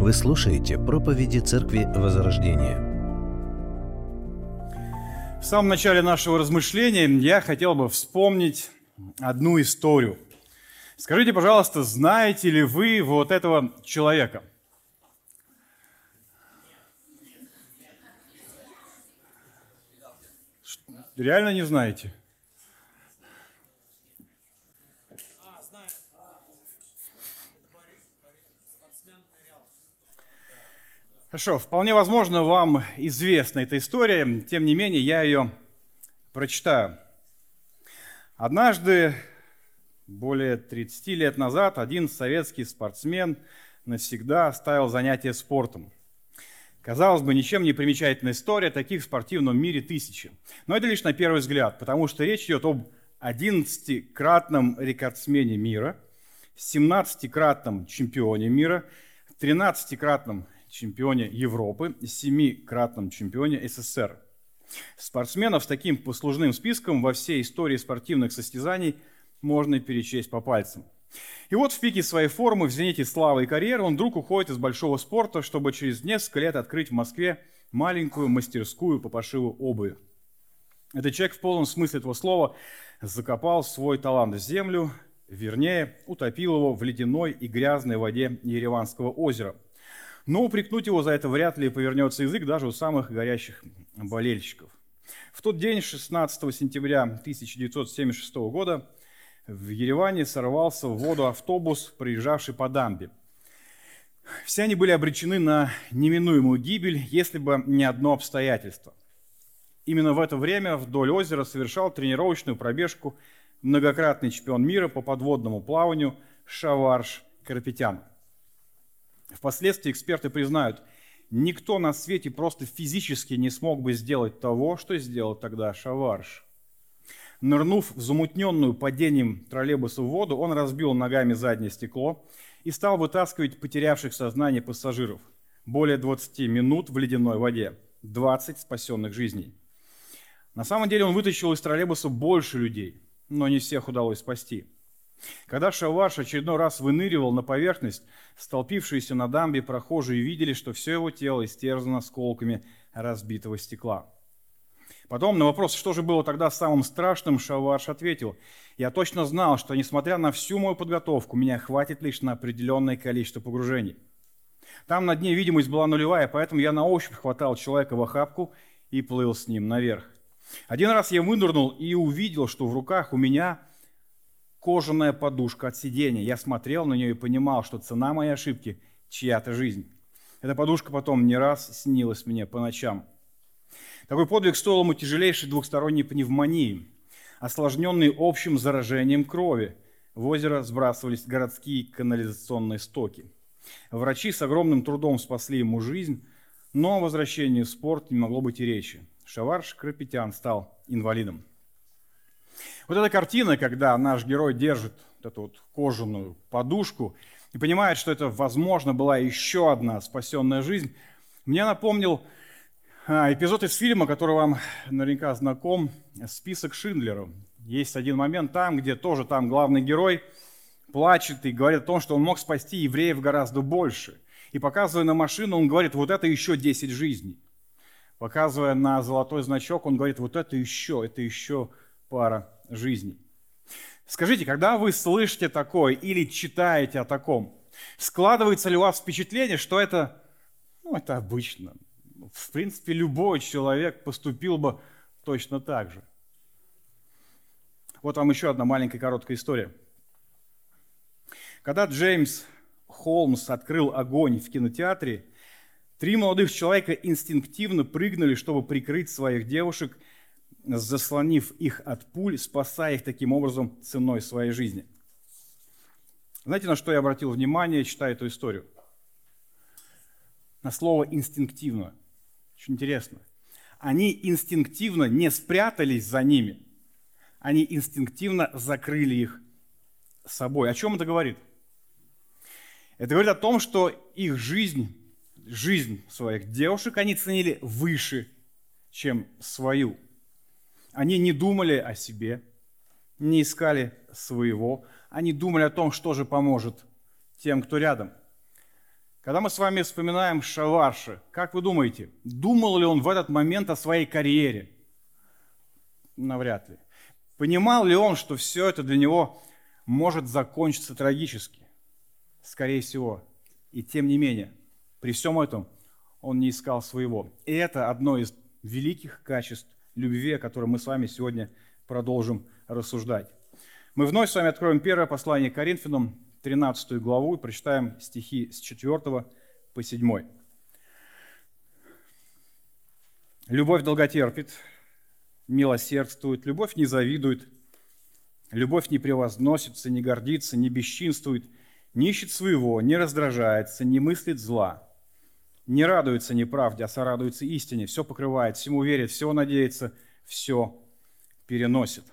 Вы слушаете проповеди Церкви Возрождения. В самом начале нашего размышления я хотел бы вспомнить одну историю. Скажите, пожалуйста, знаете ли вы вот этого человека? Реально не знаете? Хорошо, вполне возможно, вам известна эта история, тем не менее, я ее прочитаю. Однажды, более 30 лет назад, один советский спортсмен навсегда оставил занятия спортом. Казалось бы, ничем не примечательная история, таких в спортивном мире тысячи. Но это лишь на первый взгляд, потому что речь идет об 11-кратном рекордсмене мира, 17-кратном чемпионе мира, 13-кратном чемпионе Европы, 7-кратном чемпионе СССР. Спортсменов с таким послужным списком во всей истории спортивных состязаний можно перечесть по пальцам. И вот в пике своей формы, в зените славы и карьеры, он вдруг уходит из большого спорта, чтобы через несколько лет открыть в Москве маленькую мастерскую по пошиву обуви. Этот человек в полном смысле этого слова закопал свой талант в землю, вернее, утопил его в ледяной и грязной воде Ереванского озера. Но упрекнуть его за это вряд ли повернется язык даже у самых горящих болельщиков. В тот день, 16 сентября 1976 года, в Ереване сорвался в воду автобус, проезжавший по дамбе. Все они были обречены на неминуемую гибель, если бы не одно обстоятельство. Именно в это время вдоль озера совершал тренировочную пробежку многократный чемпион мира по подводному плаванию Шаварш Карапетян. Впоследствии эксперты признают, никто на свете просто физически не смог бы сделать того, что сделал тогда Шаварш. Нырнув в замутненную падением троллейбуса в воду, он разбил ногами заднее стекло и стал вытаскивать потерявших сознание пассажиров. Более 20 минут в ледяной воде, 20 спасенных жизней. На самом деле он вытащил из троллейбуса больше людей, но не всех удалось спасти. Когда Шаварш очередной раз выныривал на поверхность, столпившиеся на дамбе прохожие видели, что все его тело истерзано осколками разбитого стекла. Потом на вопрос, что же было тогда самым страшным, Шаварш ответил: «Я точно знал, что, несмотря на всю мою подготовку, меня хватит лишь на определенное количество погружений. Там на дне видимость была нулевая, поэтому я на ощупь хватал человека в охапку и плыл с ним наверх. Один раз я вынырнул и увидел, что в руках у меня кожаная подушка от сидения. Я смотрел на нее и понимал, что цена моей ошибки – чья-то жизнь. Эта подушка потом не раз снилась мне по ночам». Такой подвиг стоил ему тяжелейшей двухсторонней пневмонии, осложненной общим заражением крови. В озеро сбрасывались городские канализационные стоки. Врачи с огромным трудом спасли ему жизнь, но о возвращении в спорт не могло быть и речи. Шаварш Карапетян стал инвалидом. Вот эта картина, когда наш герой держит вот эту вот кожаную подушку и понимает, что это, возможно, была еще одна спасенная жизнь, мне напомнил эпизод из фильма, который вам наверняка знаком, «Список Шиндлера». Есть один момент там, где тоже там главный герой плачет и говорит о том, что он мог спасти евреев гораздо больше. И показывая на машину, он говорит: вот это еще 10 жизней. Показывая на золотой значок, он говорит: вот это еще пара жизней. Скажите, когда вы слышите такое или читаете о таком, складывается ли у вас впечатление, что это обычно? В принципе, любой человек поступил бы точно так же. Вот вам еще одна маленькая короткая история. Когда Джеймс Холмс открыл огонь в кинотеатре, 3 молодых человека инстинктивно прыгнули, чтобы прикрыть своих девушек, заслонив их от пуль, спасая их таким образом ценой своей жизни. Знаете, на что я обратил внимание, читая эту историю? На слово «инстинктивно». Очень интересно. Они инстинктивно не спрятались за ними, они инстинктивно закрыли их собой. О чем это говорит? Это говорит о том, что их жизнь своих девушек они ценили выше, чем свою. Они не думали о себе, не искали своего, они думали о том, что же поможет тем, кто рядом. Когда мы с вами вспоминаем Шаварши, как вы думаете, думал ли он в этот момент о своей карьере? Навряд ли. Понимал ли он, что все это для него может закончиться трагически? Скорее всего. И тем не менее, при всем этом он не искал своего. И это одно из великих качеств любви, о котором мы с вами сегодня продолжим рассуждать. Мы вновь с вами откроем первое послание к Коринфянам, 13 главу, и прочитаем стихи с 4 по 7. «Любовь долготерпит, милосердствует, любовь не завидует, любовь не превозносится, не гордится, не бесчинствует, не ищет своего, не раздражается, не мыслит зла, не радуется неправде, а сорадуется истине, все покрывает, всему верит, все надеется, все переносит».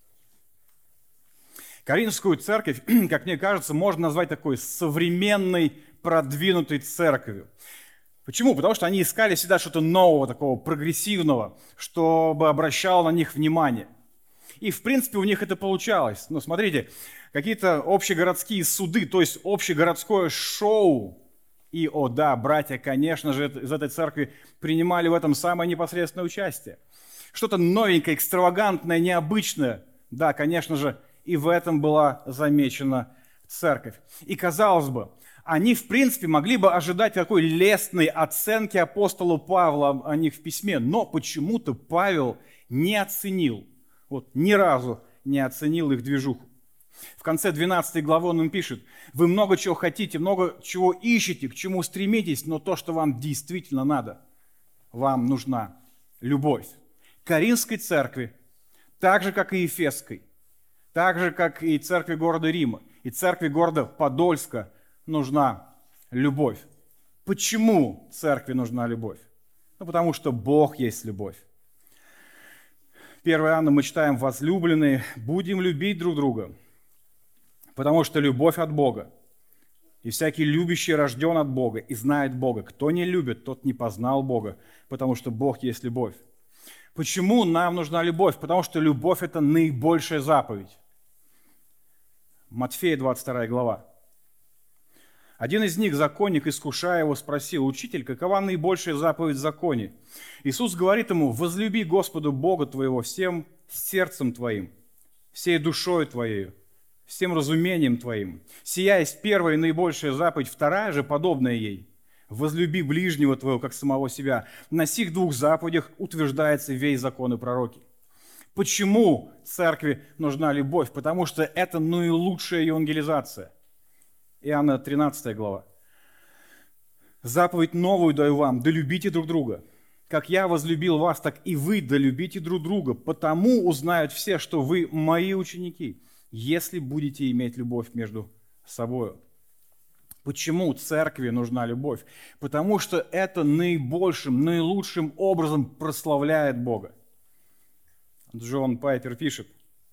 Коринфскую церковь, как мне кажется, можно назвать такой современной, продвинутой церковью. Почему? Потому что они искали всегда что-то нового, такого прогрессивного, чтобы обращало на них внимание. И, в принципе, у них это получалось. Ну, смотрите, какие-то общегородские суды, то есть общегородское шоу. И, о да, братья, конечно же, из этой церкви принимали в этом самое непосредственное участие. Что-то новенькое, экстравагантное, необычное. Да, конечно же, и в этом была замечена церковь. И, казалось бы, они, в принципе, могли бы ожидать такой лестной оценки апостола Павла о них в письме, но почему-то Павел не оценил, ни разу не оценил их движуху. В конце 12 главы он им пишет: «Вы много чего хотите, много чего ищете, к чему стремитесь, но то, что вам действительно надо, вам нужна любовь». Коринфской церкви, так же, как и Ефесской, так же, как и церкви города Рима, и церкви города Подольска, нужна любовь. Почему церкви нужна любовь? Потому что Бог есть любовь. 1 Иоанна мы читаем: «Возлюбленные, будем любить друг друга, потому что любовь от Бога. И всякий любящий рожден от Бога и знает Бога. Кто не любит, тот не познал Бога, потому что Бог есть любовь». Почему нам нужна любовь? Потому что любовь – это наибольшая заповедь. Матфея, 22 глава. Один из них, законник, искушая его, спросил: «Учитель, какова наибольшая заповедь в законе?» Иисус говорит ему: «Возлюби Господа Бога твоего всем сердцем твоим, всей душою твоей, всем разумением твоим. Сия есть первая и наибольшая заповедь, вторая же, подобная ей: возлюби ближнего твоего, как самого себя. На сих двух заповедях утверждается весь закон и пророки». Почему церкви нужна любовь? Потому что это наилучшая евангелизация. Иоанна 13 глава. «Заповедь новую даю вам, да любите друг друга. Как я возлюбил вас, так и вы да любите друг друга. Потому узнают все, что вы мои ученики, если будете иметь любовь между собой». Почему церкви нужна любовь? Потому что это наибольшим, наилучшим образом прославляет Бога. Джон Пайпер пишет: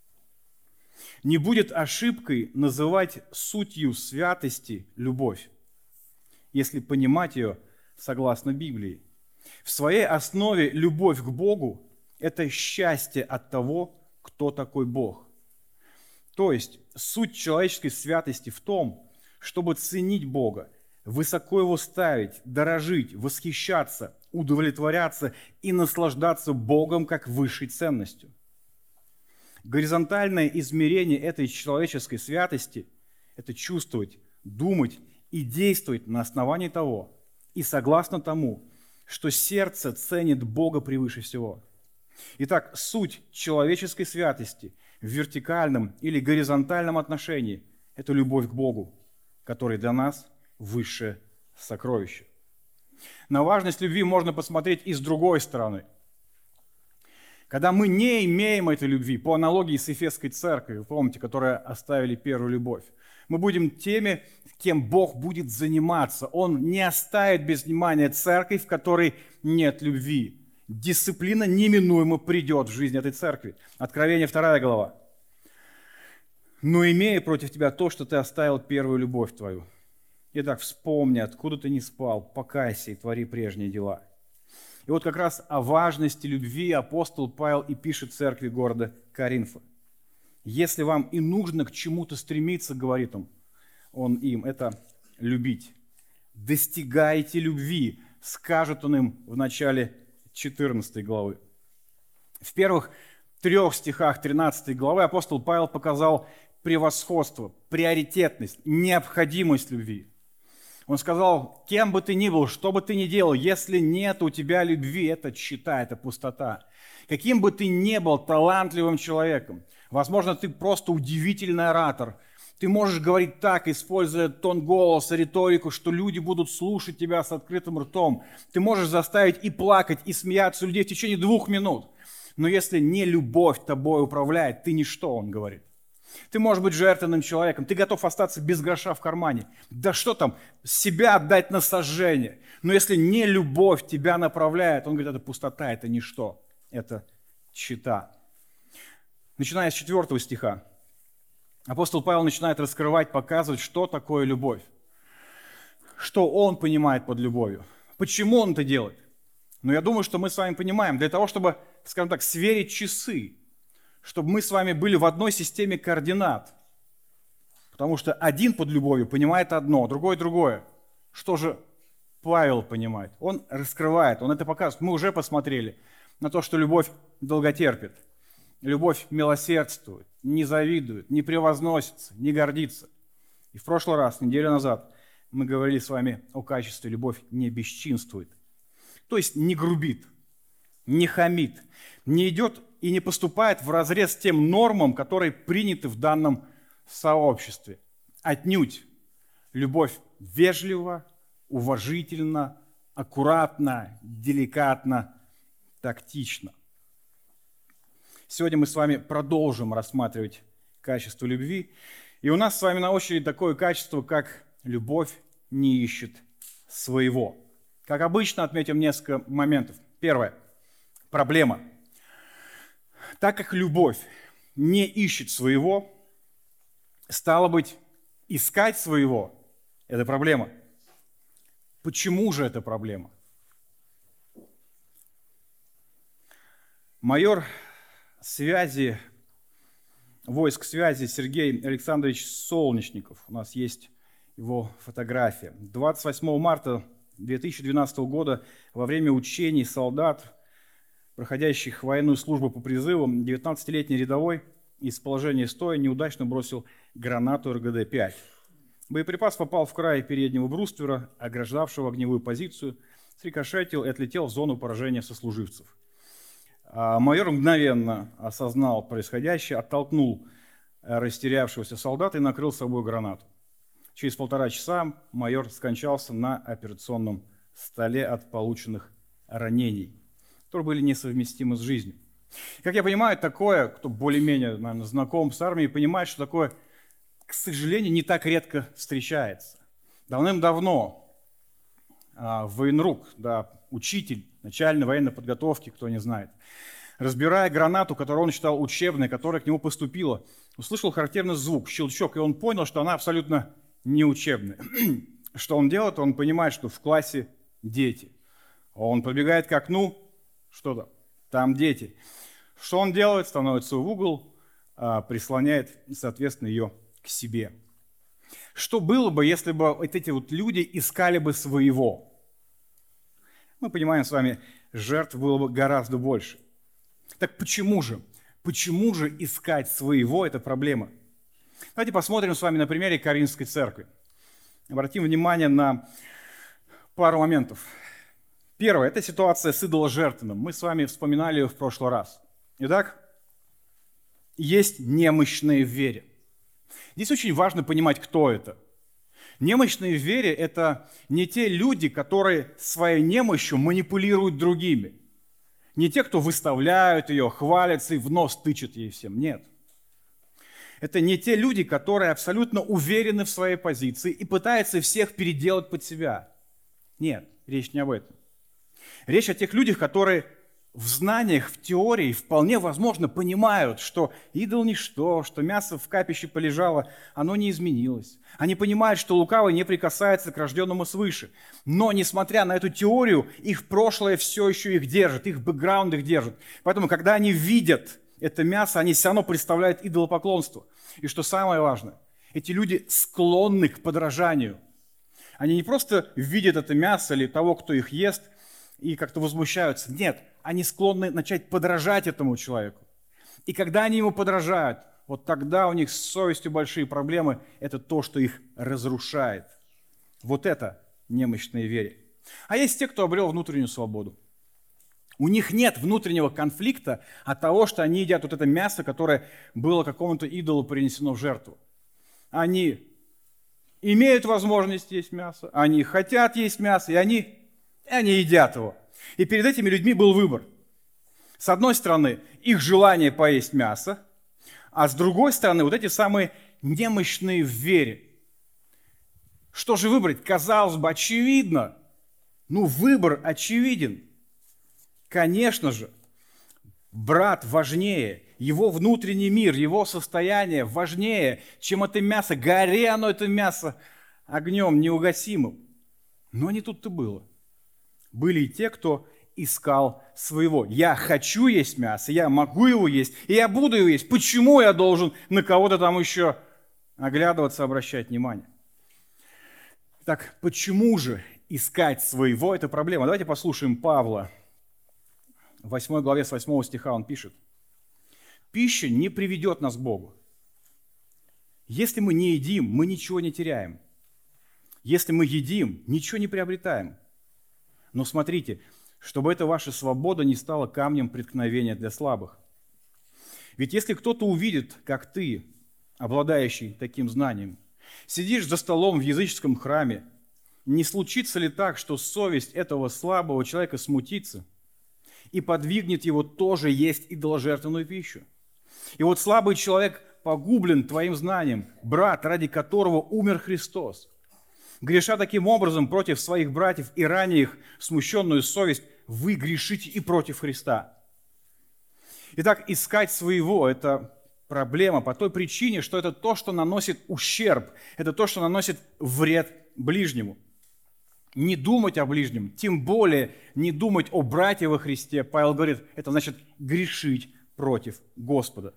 «Не будет ошибкой называть сутью святости любовь, если понимать ее согласно Библии. В своей основе любовь к Богу – это счастье от того, кто такой Бог. То есть суть человеческой святости в том, чтобы ценить Бога, высоко Его ставить, дорожить, восхищаться, удовлетворяться и наслаждаться Богом как высшей ценностью. Горизонтальное измерение этой человеческой святости – это чувствовать, думать и действовать на основании того и согласно тому, что сердце ценит Бога превыше всего. Итак, суть человеческой святости в вертикальном или горизонтальном отношении – это любовь к Богу, который для нас высшее сокровище. На важность любви можно посмотреть и с другой стороны. Когда мы не имеем этой любви, по аналогии с Ефесской церковью, помните, которая оставили первую любовь, мы будем теми, кем Бог будет заниматься. Он не оставит без внимания церковь, в которой нет любви. Дисциплина неминуемо придет в жизнь этой церкви. Откровение 2 глава. «Но имея против тебя то, что ты оставил первую любовь твою. Итак, вспомни, откуда ты не спал, покайся и твори прежние дела». И вот как раз о важности любви апостол Павел и пишет церкви города Коринфа. Если вам и нужно к чему-то стремиться, говорит он им, это любить. достигайте любви, скажет он им в начале 14 главы. В первых 3 стихах 13 главы апостол Павел показал превосходство, приоритетность, необходимость любви. Он сказал: кем бы ты ни был, что бы ты ни делал, если нет у тебя любви, это тщета, это пустота. Каким бы ты ни был талантливым человеком, возможно, ты просто удивительный оратор, ты можешь говорить так, используя тон голоса, риторику, что люди будут слушать тебя с открытым ртом. Ты можешь заставить и плакать, и смеяться людей в течение 2 минут. Но если не любовь тобой управляет, ты ничто, он говорит. Ты можешь быть жертвенным человеком, ты готов остаться без гроша в кармане. Да что там, себя отдать на сожжение. Но если не любовь тебя направляет, он говорит, это пустота, это ничто, это тщета. Начиная с 4 стиха, апостол Павел начинает раскрывать, показывать, что такое любовь. Что он понимает под любовью. Почему он это делает? Но я думаю, что мы с вами понимаем, для того, чтобы, скажем так, сверить часы, чтобы мы с вами были в одной системе координат. Потому что один под любовью понимает одно, другой другое. Что же Павел понимает? Он раскрывает, он это показывает. Мы уже посмотрели на то, что любовь долготерпит, любовь милосердствует, не завидует, не превозносится, не гордится. И в прошлый раз, неделю назад, мы говорили с вами о качестве любовь не бесчинствует. То есть не грубит, не хамит, не идет и не поступает вразрез тем нормам, которые приняты в данном сообществе. Отнюдь. Любовь вежливо, уважительно, аккуратно, деликатно, тактично. Сегодня мы с вами продолжим рассматривать качество любви. И у нас с вами на очереди такое качество, как любовь не ищет своего. Как обычно, отметим несколько моментов. Первое. Проблема. Так как любовь не ищет своего, стало быть, искать своего – это проблема. Почему же это проблема? Майор связи, войск связи Сергей Александрович Солнечников, у нас есть его фотография. 28 марта 2012 года во время учений солдат, проходящих военную службу по призыву, 19-летний рядовой из положения стоя неудачно бросил гранату РГД-5. Боеприпас попал в край переднего бруствера, ограждавшего огневую позицию, срикошетил и отлетел в зону поражения сослуживцев. Майор мгновенно осознал происходящее, оттолкнул растерявшегося солдата и накрыл собой гранату. Через 1,5 часа майор скончался на операционном столе от полученных ранений, которые были несовместимы с жизнью. Как я понимаю, такое, кто более-менее, наверное, знаком с армией, понимает, что такое, к сожалению, не так редко встречается. Давным-давно военрук, учитель начальной военной подготовки, кто не знает, разбирая гранату, которую он считал учебной, которая к нему поступила, услышал характерный звук, щелчок, и он понял, что она абсолютно не учебная. Что он делает? Он понимает, что в классе дети. Он подбегает к окну, что там дети. Что он делает? Становится в угол, прислоняет, соответственно, ее к себе. Что было бы, если бы вот эти вот люди искали бы своего? Мы понимаем с вами, жертв было бы гораздо больше. Так почему же? Почему же искать своего – это проблема? Давайте посмотрим с вами на примере Коринфской церкви. Обратим внимание на пару моментов. Первое – это ситуация с идоложертвенным. Мы с вами вспоминали ее в прошлый раз. Итак, есть немощные в вере. Здесь очень важно понимать, кто это. Немощные в вере – это не те люди, которые своей немощью манипулируют другими. Не те, кто выставляют ее, хвалятся и в нос тычут ей всем. Нет. Это не те люди, которые абсолютно уверены в своей позиции и пытаются всех переделать под себя. Нет, речь не об этом. Речь о тех людях, которые в знаниях, в теории вполне возможно понимают, что идол ничто, что мясо в капище полежало, оно не изменилось. Они понимают, что лукавый не прикасается к рожденному свыше. Но, несмотря на эту теорию, их прошлое все еще их держит, их бэкграунд их держит. Поэтому, когда они видят это мясо, они все равно представляют идолопоклонство. И что самое важное, эти люди склонны к подражанию. Они не просто видят это мясо или того, кто их ест, и как-то возмущаются. Нет, они склонны начать подражать этому человеку. И когда они ему подражают, вот тогда у них с совестью большие проблемы. Это то, что их разрушает. Вот это немощные вере. А есть те, кто обрел внутреннюю свободу. У них нет внутреннего конфликта от того, что они едят вот это мясо, которое было какому-то идолу принесено в жертву. Они имеют возможность есть мясо, они хотят есть мясо, и они едят его. И перед этими людьми был выбор. С одной стороны, их желание поесть мясо, а с другой стороны, вот эти самые немощные в вере. Что же выбрать? Казалось бы, очевидно. Выбор очевиден. Конечно же, брат важнее, его внутренний мир, его состояние важнее, чем это мясо. Горе оно, это мясо, огнем неугасимым. Но не тут-то было. Были и те, кто искал своего. Я хочу есть мясо, я могу его есть, и я буду его есть. Почему я должен на кого-то там еще оглядываться, обращать внимание? Так, почему же искать своего – это проблема? Давайте послушаем Павла. В 8 главе с 8 стиха он пишет. «Пища не приведет нас к Богу. Если мы не едим, мы ничего не теряем. Если мы едим, ничего не приобретаем. Но смотрите, чтобы эта ваша свобода не стала камнем преткновения для слабых. Ведь если кто-то увидит, как ты, обладающий таким знанием, сидишь за столом в языческом храме, не случится ли так, что совесть этого слабого человека смутится и подвигнет его тоже есть идоложертвенную пищу? И вот слабый человек погублен твоим знанием, брат, ради которого умер Христос. Греша таким образом против своих братьев и ранее их смущенную совесть, вы грешите и против Христа». Итак, искать своего – это проблема по той причине, что это то, что наносит ущерб, это то, что наносит вред ближнему. Не думать о ближнем, тем более не думать о братьях во Христе, Павел говорит, это значит грешить против Господа.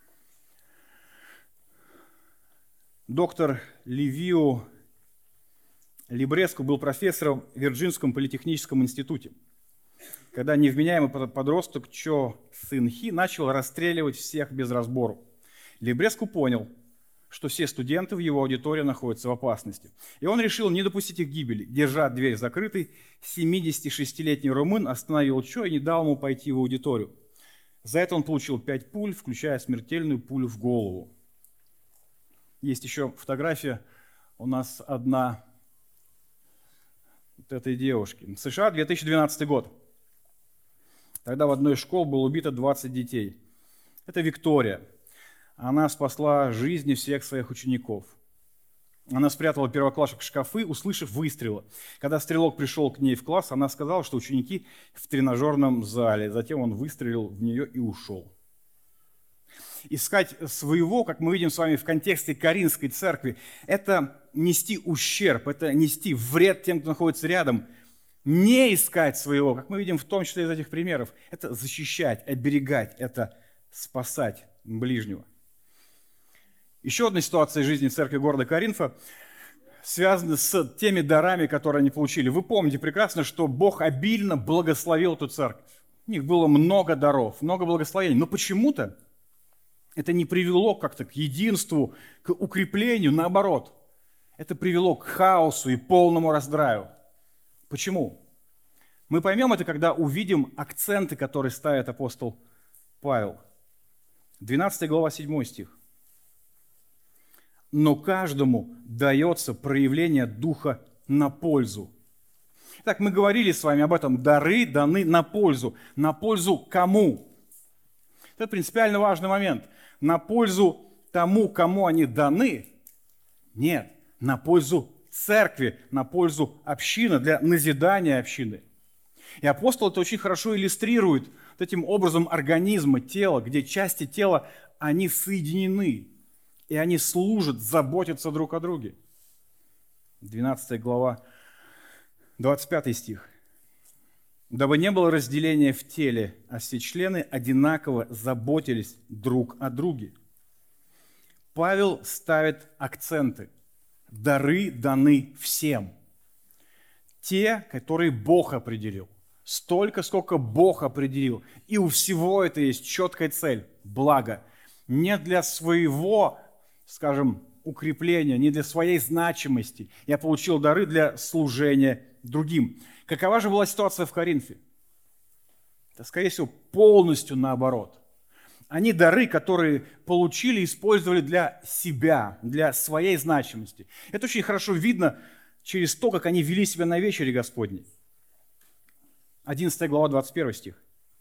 Доктор Ливио Либреску был профессором в Вирджинском политехническом институте, когда невменяемый подросток Чо Сын Хи начал расстреливать всех без разбору. Либреску понял, что все студенты в его аудитории находятся в опасности. И он решил не допустить их гибели. Держа дверь закрытой, 76-летний румын остановил Чо и не дал ему пойти в аудиторию. За это он получил 5 пуль, включая смертельную пулю в голову. Есть еще фотография у нас одна вот этой девушки. США, 2012 год. Тогда в одной из школ было убито 20 детей. Это Виктория. Она спасла жизни всех своих учеников. Она спрятала первоклашек в шкафы, услышав выстрелы. Когда стрелок пришел к ней в класс, она сказала, что ученики в тренажерном зале. Затем он выстрелил в нее и ушел. Искать своего, как мы видим с вами в контексте Коринфской церкви, это нести ущерб, это нести вред тем, кто находится рядом. Не искать своего, как мы видим в том числе из этих примеров, это защищать, оберегать, это спасать ближнего. Еще одна ситуация из жизни церкви города Коринфа связана с теми дарами, которые они получили. Вы помните прекрасно, что Бог обильно благословил эту церковь. У них было много даров, много благословений. Но почему-то это не привело как-то к единству, к укреплению, наоборот. Это привело к хаосу и полному раздраю. Почему? Мы поймем это, когда увидим акценты, которые ставит апостол Павел. 12 глава, 7 стих. «Но каждому дается проявление Духа на пользу». Итак, мы говорили с вами об этом. Дары даны на пользу. На пользу кому? Это принципиально важный момент. На пользу тому, кому они даны? Нет, на пользу церкви, на пользу общины, для назидания общины. И апостол это очень хорошо иллюстрирует вот этим образом организма, тела, где части тела, они соединены, и они служат, заботятся друг о друге. 12 глава, 25 стих. «Дабы не было разделения в теле, а все члены одинаково заботились друг о друге». Павел ставит акценты. Дары даны всем. те, которые Бог определил. Столько, сколько Бог определил. И у всего это есть четкая цель – благо. Не для своего, скажем, укрепления, не для своей значимости. Я получил дары для служения другим. Какова же была ситуация в Коринфе? Это, скорее всего, полностью наоборот. Они дары, которые получили, использовали для себя, для своей значимости. Это очень хорошо видно через то, как они вели себя на вечере Господней. 11 глава, 21 стих.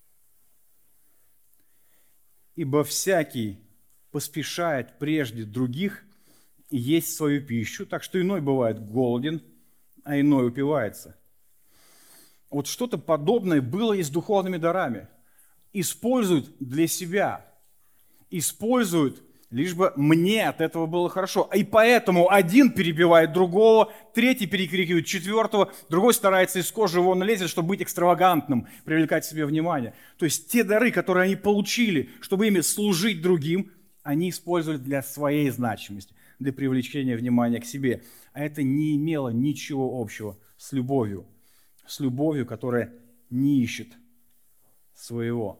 «Ибо всякий поспешает прежде других есть свою пищу, так что иной бывает голоден, а иной упивается». Вот что-то подобное было и с духовными дарами. Используют для себя, используют, лишь бы мне от этого было хорошо. И поэтому один перебивает другого, третий перекрикивает четвертого, другой старается из кожи вон лезет, чтобы быть экстравагантным, привлекать к себе внимание. То есть те дары, которые они получили, чтобы ими служить другим, они использовали для своей значимости, для привлечения внимания к себе. А это не имело ничего общего с любовью, которая не ищет своего.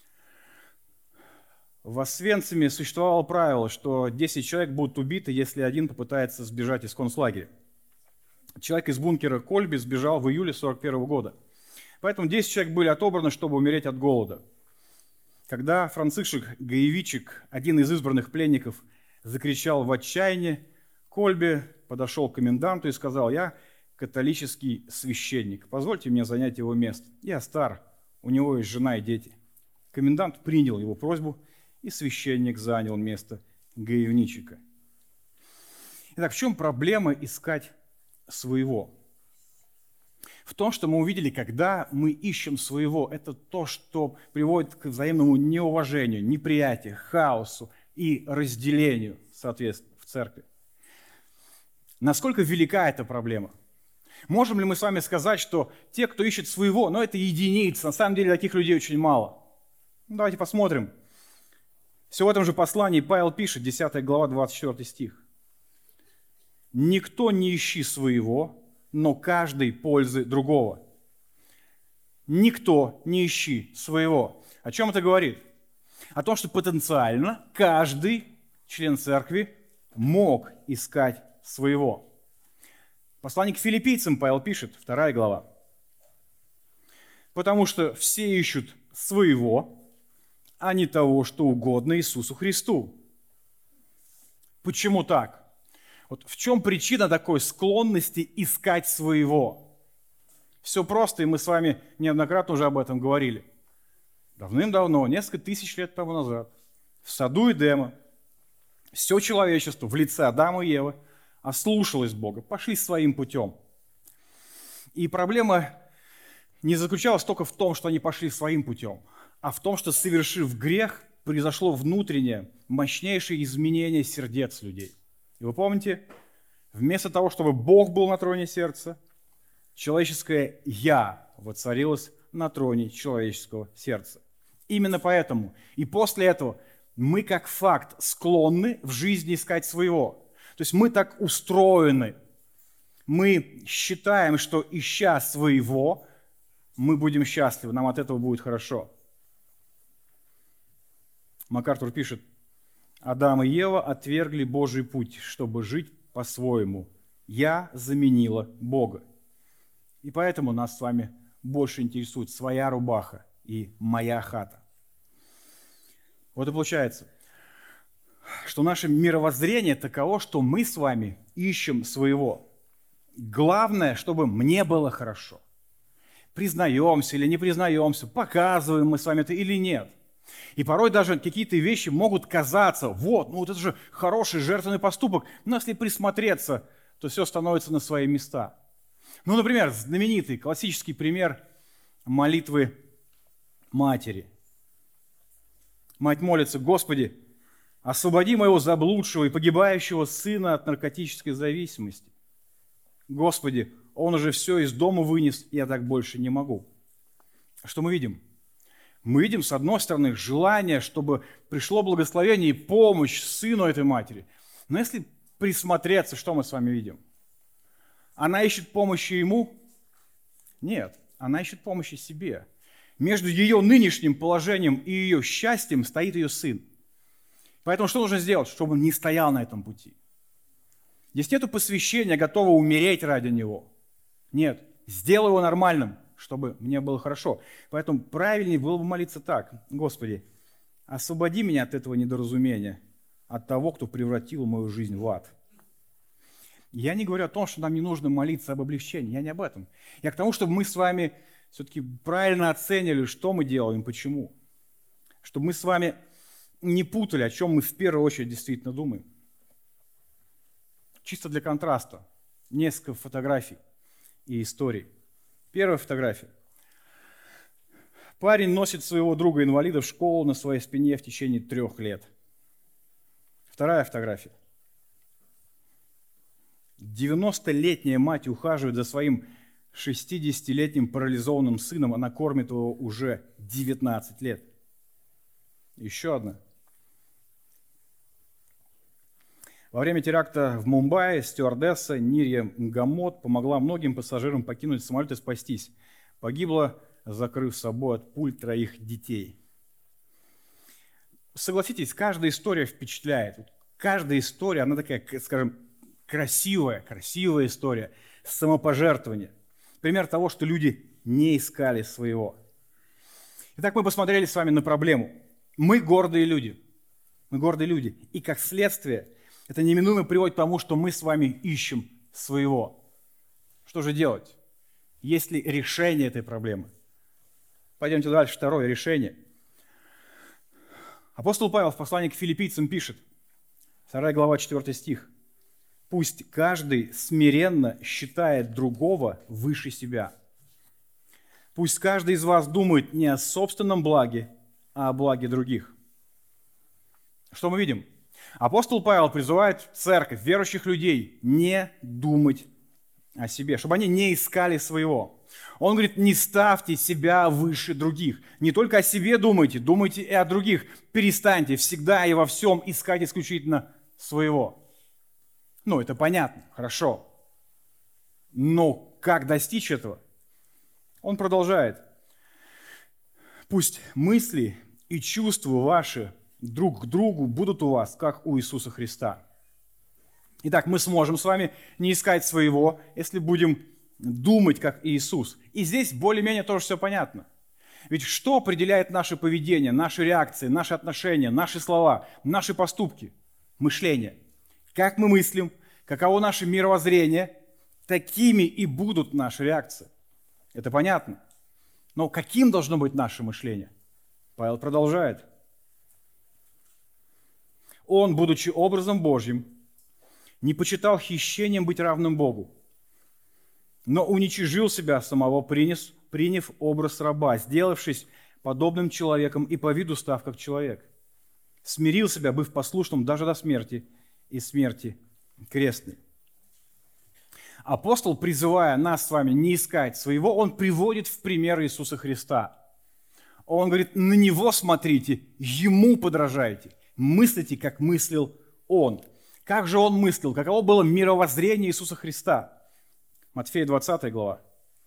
В Освенциме существовало правило, что 10 человек будут убиты, если один попытается сбежать из концлагеря. Человек из бункера Кольби сбежал в июле 1941 года. Поэтому 10 человек были отобраны, чтобы умереть от голода. Когда Францишек Гаевичек, один из избранных пленников, закричал в отчаянии, Кольби подошел к коменданту и сказал: «Я католический священник, позвольте мне занять его место. Я стар, у него есть жена и дети». Комендант принял его просьбу, и священник занял место гаевничика. Итак, в чем проблема искать своего? В том, что мы увидели, когда мы ищем своего, это то, что приводит к взаимному неуважению, неприятию, хаосу и разделению, соответственно, в церкви. Насколько велика эта проблема? Можем ли мы с вами сказать, что те, кто ищет своего, это единицы, на самом деле таких людей очень мало? Давайте посмотрим. Все в этом же послании Павел пишет, 10 глава, 24 стих. «Никто не ищи своего, но каждый пользы другого». Никто не ищи своего. О чем это говорит? О том, что потенциально каждый член церкви мог искать своего. Послание к филиппийцам Павел пишет, 2 глава. «Потому что все ищут своего, а не того, что угодно Иисусу Христу». Почему так? Вот в чем причина такой склонности искать своего? Все просто, и мы с вами неоднократно уже об этом говорили. Давным-давно, несколько тысяч лет тому назад, в саду Эдема все человечество в лице Адама и Евы ослушалось Бога, пошли своим путем. И проблема не заключалась только в том, что они пошли своим путем, а в том, что, совершив грех, произошло внутреннее, мощнейшее изменение сердец людей. И вы помните, вместо того, чтобы Бог был на троне сердца, человеческое «я» воцарилось на троне человеческого сердца. Именно поэтому и после этого мы как факт склонны в жизни искать своего. То есть мы так устроены. Мы считаем, что ища своего, мы будем счастливы, нам от этого будет хорошо. МакАртур пишет: «Адам и Ева отвергли Божий путь, чтобы жить по-своему. Я заменила Бога». И поэтому нас с вами больше интересует своя рубаха и моя хата. Вот и получается, что наше мировоззрение таково, что мы с вами ищем своего. Главное, чтобы мне было хорошо. Признаемся или не признаемся, показываем мы с вами это или нет. И порой даже какие-то вещи могут казаться, вот это же хороший жертвенный поступок, но если присмотреться, то все становится на свои места. Например, знаменитый классический пример молитвы матери. Мать молится: «Господи, освободи моего заблудшего и погибающего сына от наркотической зависимости. Господи, он уже все из дома вынес, я так больше не могу». Что мы видим? Мы видим, с одной стороны, желание, чтобы пришло благословение и помощь сыну этой матери. Но если присмотреться, что мы с вами видим? Она ищет помощи ему Нет, она ищет помощи себе. Между ее нынешним положением и ее счастьем стоит ее сын. Поэтому что нужно сделать, чтобы он не стоял на этом пути? Здесь нету посвящения, готова умереть ради него. Нет, сделай его нормальным, чтобы мне было хорошо. Поэтому правильнее было бы молиться так: Господи, освободи меня от этого недоразумения, от того, кто превратил мою жизнь в ад. Я не говорю о том, что нам не нужно молиться об облегчении, я не об этом. Я к тому, чтобы мы с вами все-таки правильно оценили, что мы делаем, почему. Чтобы мы с вами не путали, о чем мы в первую очередь действительно думаем. Чисто для контраста несколько фотографий и историй. Первая фотография. Парень носит своего друга-инвалида в школу на своей спине в течение 3 лет. Вторая фотография. 90-летняя мать ухаживает за своим 60-летним парализованным сыном. Она кормит его уже 19 лет. Еще одна. Во время теракта в Мумбаи стюардесса Нирья Мгамот помогла многим пассажирам покинуть самолет и спастись. Погибла, закрыв собой от пуль 3 детей. Согласитесь, каждая история впечатляет. Каждая история, она такая, скажем, красивая история, самопожертвования. Пример того, что люди не искали своего. Итак, мы посмотрели с вами на проблему. Мы гордые люди. Мы гордые люди. И как следствие, это неминуемо приводит к тому, что мы с вами ищем своего. Что же делать? Есть ли решение этой проблемы? Пойдемте дальше. Второе решение. Апостол Павел в послании к филиппийцам пишет, 2 глава, 4 стих. «Пусть каждый смиренно считает другого выше себя. Пусть каждый из вас думает не о собственном благе, а о благе других». Что мы видим? Апостол Павел призывает церковь, верующих людей, не думать о себе, чтобы они не искали своего. Он говорит, не ставьте себя выше других. Не только о себе думайте, думайте и о других. Перестаньте всегда и во всем искать исключительно своего. Ну, это понятно, хорошо. Но как достичь этого? Он продолжает. Пусть мысли и чувства ваши друг к другу будут у вас, как у Иисуса Христа. Итак, мы сможем с вами не искать своего, если будем думать, как Иисус. И здесь более-менее тоже все понятно. Ведь что определяет наше поведение, наши реакции, наши отношения, наши слова, наши поступки? Мышление. Как мы мыслим, каково наше мировоззрение, такими и будут наши реакции. Это понятно. Но каким должно быть наше мышление? Павел продолжает. Он, будучи образом Божьим, не почитал хищением быть равным Богу, но уничижил себя самого, приняв образ раба, сделавшись подобным человеком и по виду став как человек. Смирил себя, быв послушным даже до смерти и смерти крестной. Апостол, призывая нас с вами не искать своего, он приводит в пример Иисуса Христа. Он говорит, на Него смотрите, Ему подражайте, мыслите, как мыслил Он. Как же Он мыслил? Каково было мировоззрение Иисуса Христа? Матфея 20 глава.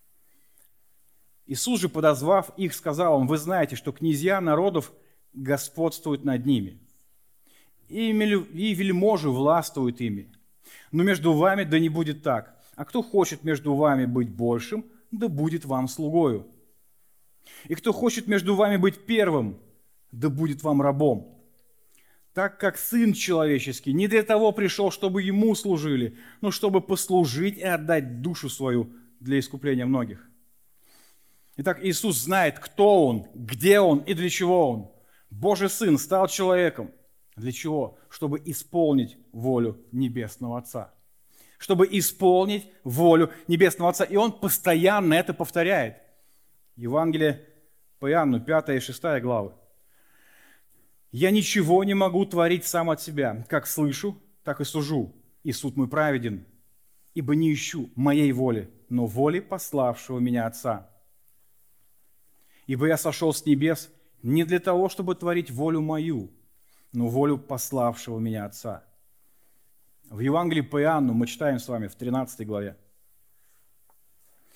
Иисус же, подозвав их, сказал им, вы знаете, что князья народов господствуют над ними, и вельможи властвуют ими. Но между вами да не будет так. А кто хочет между вами быть большим, да будет вам слугою. И кто хочет между вами быть первым, да будет вам рабом. Так как Сын Человеческий не для того пришел, чтобы Ему служили, но чтобы послужить и отдать душу свою для искупления многих. Итак, Иисус знает, кто Он, где Он и для чего Он. Божий Сын стал человеком. Для чего? Чтобы исполнить волю Небесного Отца. Чтобы исполнить волю Небесного Отца. И Он постоянно это повторяет. Евангелие по Иоанну, 5 и 6 главы. «Я ничего не могу творить сам от себя. Как слышу, так и сужу. И суд мой праведен. Ибо не ищу моей воли, но воли пославшего меня Отца. Ибо я сошел с небес не для того, чтобы творить волю мою, но волю пославшего меня Отца». В Евангелии по Иоанну мы читаем с вами в 13 главе.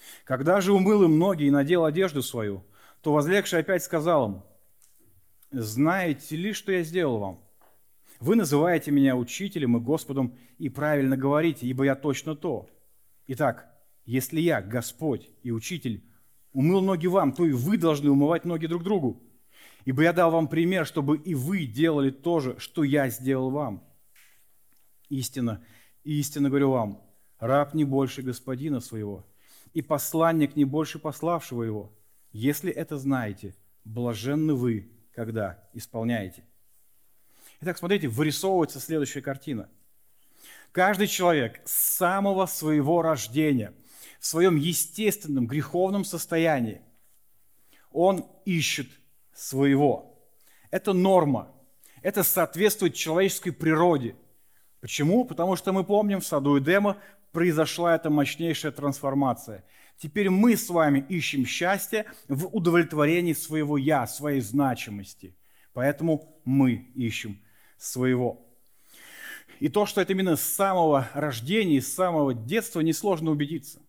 Когда же умыл им ноги и надел одежду свою, то возлегший опять сказал им: знаете ли, что я сделал вам? Вы называете меня учителем и Господом, и правильно говорите, ибо я точно то. Итак, если я, Господь и Учитель, умыл ноги вам, то и вы должны умывать ноги друг другу. Ибо я дал вам пример, чтобы и вы делали то же, что я сделал вам. Истинно, истинно говорю вам, раб не больше господина своего, и посланник не больше пославшего его. Если это знаете, блаженны вы, когда исполняете. Итак, смотрите, вырисовывается следующая картина. Каждый человек с самого своего рождения, в своем естественном греховном состоянии, он ищет своего. Это норма. Это соответствует человеческой природе. Почему? Потому что мы помним, в саду Эдема произошла эта мощнейшая трансформация. Теперь мы с вами ищем счастье в удовлетворении своего «я», своей значимости. Поэтому мы ищем своего. И то, что это именно с самого рождения, с самого детства, несложно убедиться.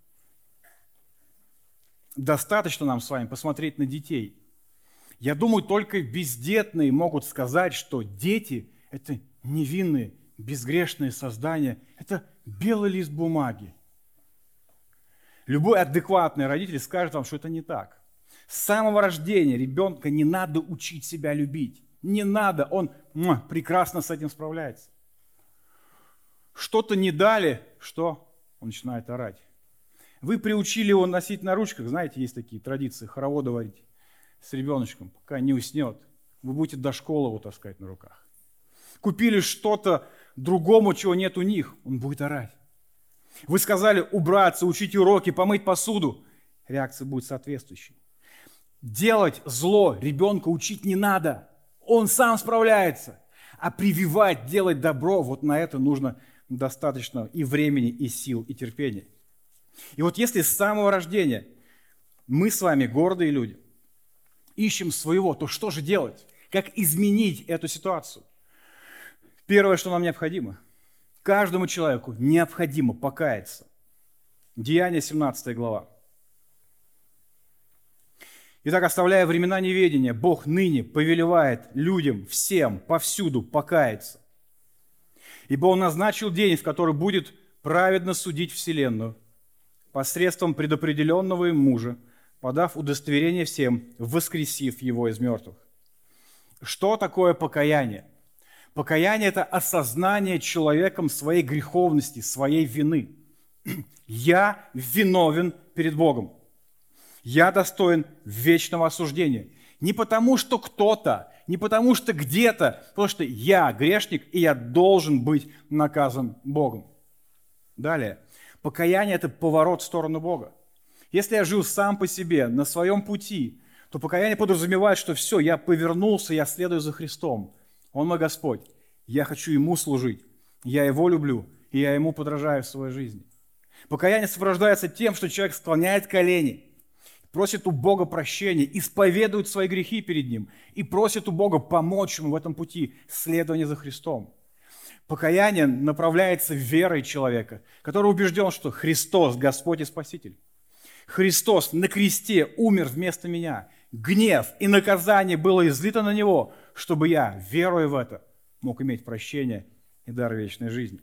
Достаточно нам с вами посмотреть на детей. Я думаю, только бездетные могут сказать, что дети – это невинные, безгрешные создания, это белый лист бумаги. Любой адекватный родитель скажет вам, что это не так. С самого рождения ребенка не надо учить себя любить. Не надо, он прекрасно с этим справляется. Что-то не дали, что? Он начинает орать. Вы приучили его носить на ручках, знаете, есть такие традиции, хороводы варить с ребеночком, пока не уснет. Вы будете до школы его таскать на руках. Купили что-то другому, чего нет у них, он будет орать. Вы сказали убраться, учить уроки, помыть посуду, реакция будет соответствующей. Делать зло ребенка учить не надо, он сам справляется. А прививать, делать добро, вот на это нужно достаточно и времени, и сил, и терпения. И вот если с самого рождения мы с вами, гордые люди, ищем своего, то что же делать? Как изменить эту ситуацию? Первое, что нам необходимо, каждому человеку необходимо покаяться. Деяния, 17 глава. Итак, оставляя времена неведения, Бог ныне повелевает людям, всем, повсюду покаяться. Ибо Он назначил день, в который будет праведно судить вселенную, посредством предопределенного им мужа, подав удостоверение всем, воскресив его из мертвых. Что такое покаяние? Покаяние – это осознание человеком своей греховности, своей вины. Я виновен перед Богом. Я достоин вечного осуждения. Не потому, что кто-то, не потому, что где-то, потому что я грешник, и я должен быть наказан Богом. Далее. Покаяние – это поворот в сторону Бога. Если я жил сам по себе, на своем пути, то покаяние подразумевает, что все, я повернулся, я следую за Христом. Он мой Господь. Я хочу Ему служить. Я Его люблю, и я Ему подражаю в своей жизни. Покаяние сопровождается тем, что человек склоняет колени, просит у Бога прощения, исповедует свои грехи перед Ним и просит у Бога помочь ему в этом пути следования за Христом. Покаяние направляется верой человека, который убежден, что Христос – Господь и Спаситель. Христос на кресте умер вместо меня. Гнев и наказание было излито на Него, чтобы я, веруя в это, мог иметь прощение и дар вечной жизни.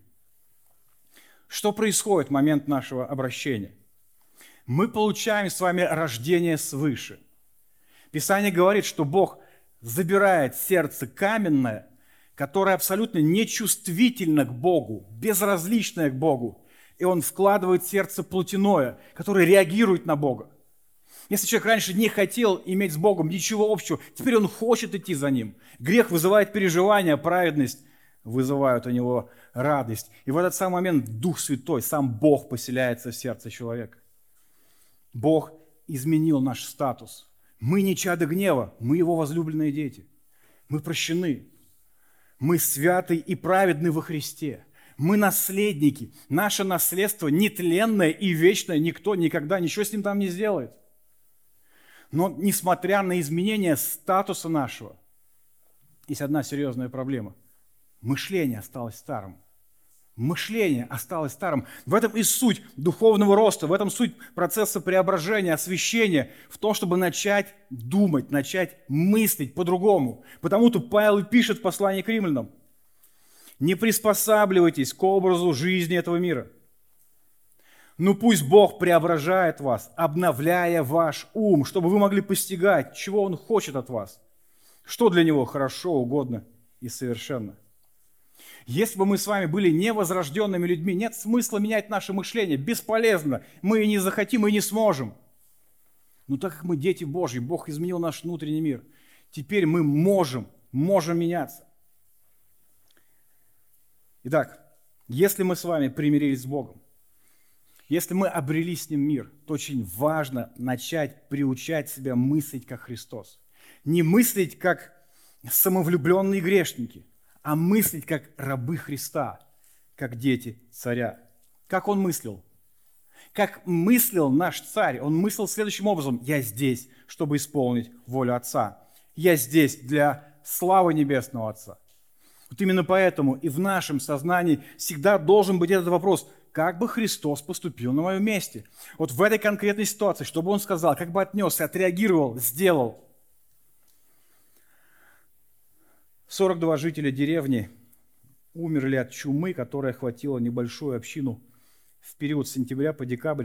Что происходит в момент нашего обращения? Мы получаем с вами рождение свыше. Писание говорит, что Бог забирает сердце каменное, которое абсолютно нечувствительно к Богу, безразличное к Богу, и Он вкладывает в сердце плотяное, которое реагирует на Бога. Если человек раньше не хотел иметь с Богом ничего общего, теперь он хочет идти за Ним. Грех вызывает переживания, праведность вызывает у него радость. И в этот самый момент Дух Святой, сам Бог поселяется в сердце человека. Бог изменил наш статус. Мы не чада гнева, мы Его возлюбленные дети. Мы прощены. Мы святы и праведны во Христе. Мы наследники. Наше наследство нетленное и вечное. Никто никогда ничего с ним там не сделает. Но несмотря на изменение статуса нашего, есть одна серьезная проблема. Мышление осталось старым. Мышление осталось старым. В этом и суть духовного роста, в этом суть процесса преображения, освящения, в том, чтобы начать думать, начать мыслить по-другому. Потому-то Павел и пишет в послании к римлянам: не приспосабливайтесь к образу жизни этого мира. Но пусть Бог преображает вас, обновляя ваш ум, чтобы вы могли постигать, чего Он хочет от вас, что для Него хорошо, угодно и совершенно. Если бы мы с вами были невозрожденными людьми, нет смысла менять наше мышление, бесполезно, мы и не захотим, и не сможем. Но так как мы дети Божьи, Бог изменил наш внутренний мир, теперь мы можем меняться. Итак, если мы с вами примирились с Богом, если мы обрели с Ним мир, то очень важно начать приучать себя мыслить как Христос. Не мыслить как самовлюбленные грешники, а мыслить как рабы Христа, как дети царя. Как Он мыслил? Как мыслил наш царь? Он мыслил следующим образом: я здесь, чтобы исполнить волю Отца. Я здесь для славы Небесного Отца. Вот именно поэтому и в нашем сознании всегда должен быть этот вопрос: как бы Христос поступил на моем месте? Вот в этой конкретной ситуации, что бы Он сказал, как бы отнесся, отреагировал, сделал. 42 жителя деревни умерли от чумы, которая охватила небольшую общину в период с сентября по декабрь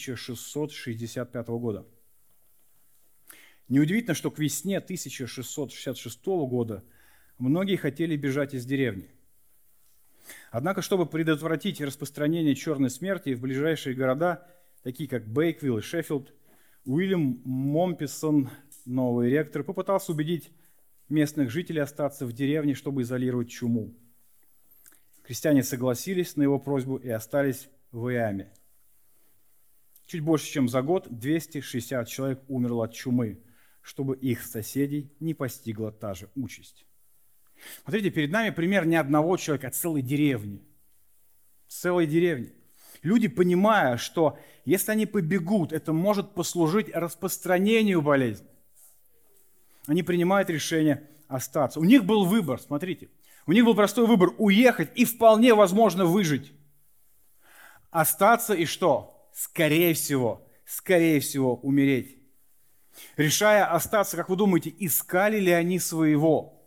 1665 года. Неудивительно, что к весне 1666 года многие хотели бежать из деревни. Однако, чтобы предотвратить распространение черной смерти в ближайшие города, такие как Бейквилл и Шеффилд, Уильям Момписон, новый ректор, попытался убедить местных жителей остаться в деревне, чтобы изолировать чуму. Крестьяне согласились на его просьбу и остались в Иаме. Чуть больше, чем за год, 260 человек умерло от чумы, чтобы их соседей не постигла та же участь. Смотрите, перед нами пример не одного человека, а целой деревни. Целой деревни. Люди, понимая, что если они побегут, это может послужить распространению болезни, они принимают решение остаться. У них был выбор, смотрите. У них был простой выбор: уехать и вполне возможно выжить. Остаться и что? Скорее всего умереть. Решая остаться, как вы думаете, искали ли они своего?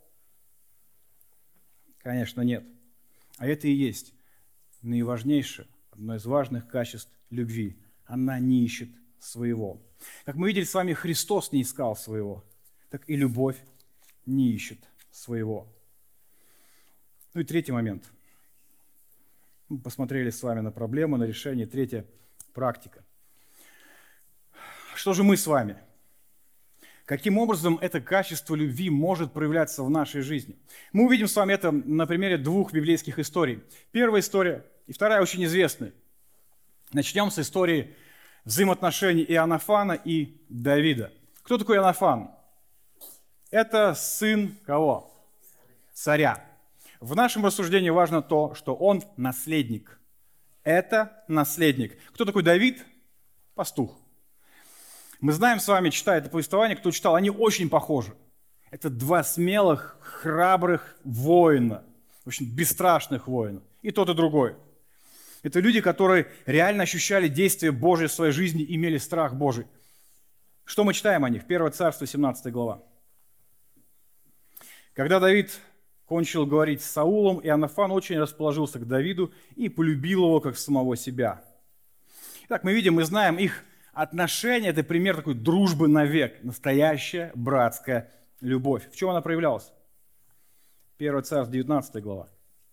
Конечно, нет. А это и есть наиважнейшее, одно из важных качеств любви. Она не ищет своего. Как мы видели с вами, Христос не искал своего, так и любовь не ищет своего. Ну и третий момент. Мы посмотрели с вами на проблему, на решение. Третья – практика. Что же мы с вами? Каким образом это качество любви может проявляться в нашей жизни? Мы увидим с вами это на примере двух библейских историй. Первая история и вторая очень известная. Начнем с истории взаимоотношений Иоаннафана и Давида. Кто такой Иоаннафан? Это сын кого? Царя. В нашем рассуждении важно то, что он наследник. Это наследник. Кто такой Давид? Пастух. Мы знаем с вами, читая это повествование, кто читал, они очень похожи. Это два смелых, храбрых воина, в общем, бесстрашных воинов. И тот, и другой. Это люди, которые реально ощущали действие Божие в своей жизни, имели страх Божий. Что мы читаем о них? 1 Царство, 17 глава. Когда Давид кончил говорить с Саулом, Иоаннафан очень расположился к Давиду и полюбил его как самого себя. Итак, мы видим, мы знаем их отношения, это пример такой дружбы навек, настоящая братская любовь. В чем она проявлялась? 1 Царств, 19 глава.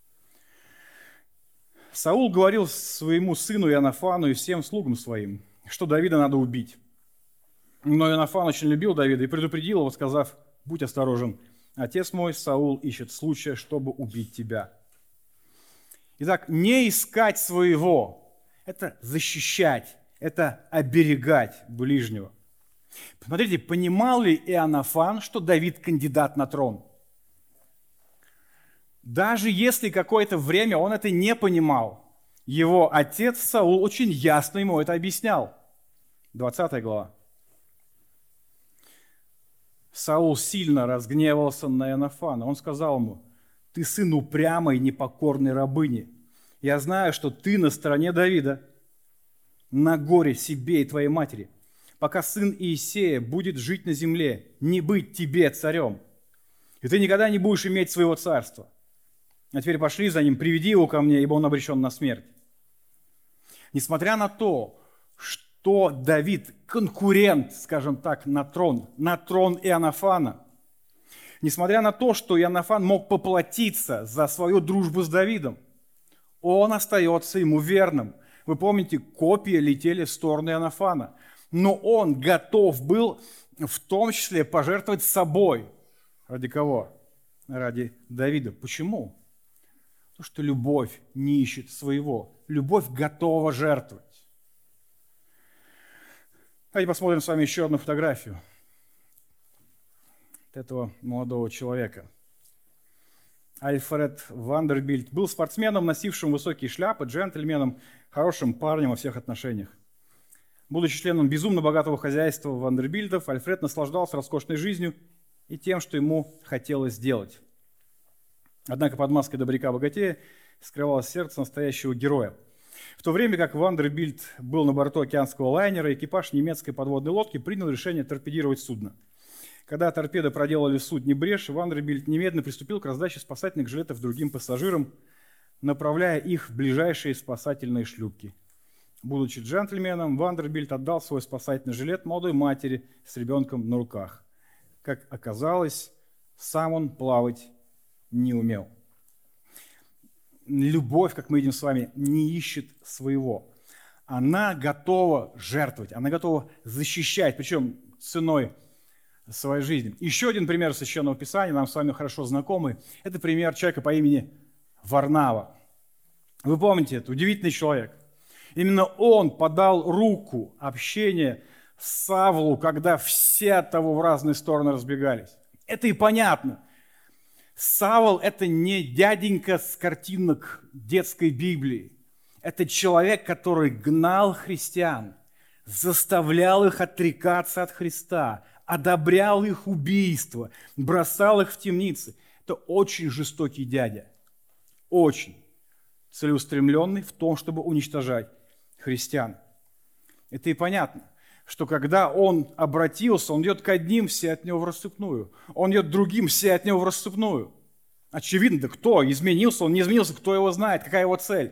Саул говорил своему сыну Иоаннафану и всем слугам своим, что Давида надо убить. Но Иоаннафан очень любил Давида и предупредил его, сказав: «Будь осторожен, отец мой Саул ищет случая, чтобы убить тебя». Итак, не искать своего – это защищать, это оберегать ближнего. Посмотрите, понимал ли Иоаннафан, что Давид кандидат на трон? Даже если какое-то время он это не понимал, его отец Саул очень ясно ему это объяснял. 20 глава. Саул сильно разгневался на Иоаннафана. Он сказал ему: «Ты сын упрямой, непокорной рабыни. Я знаю, что ты на стороне Давида, на горе себе и твоей матери, пока сын Иессея будет жить на земле, не быть тебе царем. И ты никогда не будешь иметь своего царства. А теперь пошли за ним, приведи его ко мне, ибо он обречен на смерть». Несмотря на то, что Давид конкурент, скажем так, на трон Иоаннафана, несмотря на то, что Иоаннафан мог поплатиться за свою дружбу с Давидом, он остается ему верным. Вы помните, копья летели в сторону Иоаннафана, но он готов был в том числе пожертвовать собой. Ради кого? Ради Давида. Почему? Потому что любовь не ищет своего. Любовь готова жертвовать. Давайте посмотрим с вами еще одну фотографию этого молодого человека. Альфред Вандербильт был спортсменом, носившим высокие шляпы, джентльменом, хорошим парнем во всех отношениях. Будучи членом безумно богатого хозяйства Вандербильтов, Альфред наслаждался роскошной жизнью и тем, что ему хотелось сделать. Однако под маской добряка-богатея скрывалось сердце настоящего героя. В то время как Вандербильт был на борту океанского лайнера, экипаж немецкой подводной лодки принял решение торпедировать судно. Когда торпеды проделали в судне брешь, Вандербильт немедленно приступил к раздаче спасательных жилетов другим пассажирам, направляя их в ближайшие спасательные шлюпки. Будучи джентльменом, Вандербильт отдал свой спасательный жилет молодой матери с ребенком на руках. Как оказалось, сам он плавать не умел. Любовь, как мы видим с вами, не ищет своего. Она готова жертвовать, она готова защищать, причем ценой своей жизни. Еще один пример из Священного Писания, нам с вами хорошо знакомый, это пример человека по имени Варнава. Вы помните, это удивительный человек. Именно он подал руку общения Савлу, когда все от того в разные стороны разбегались. Это и понятно. Савл – это не дяденька с картинок детской Библии. Это человек, который гнал христиан, заставлял их отрекаться от Христа, одобрял их убийство, бросал их в темницы. Это очень жестокий дядя, очень целеустремленный в том, чтобы уничтожать христиан. Это и понятно, что когда он обратился, он идет к одним, все от него в рассыпную. Он идет к другим, все от него в рассыпную. Очевидно, да кто? Изменился он, не изменился, кто его знает, какая его цель?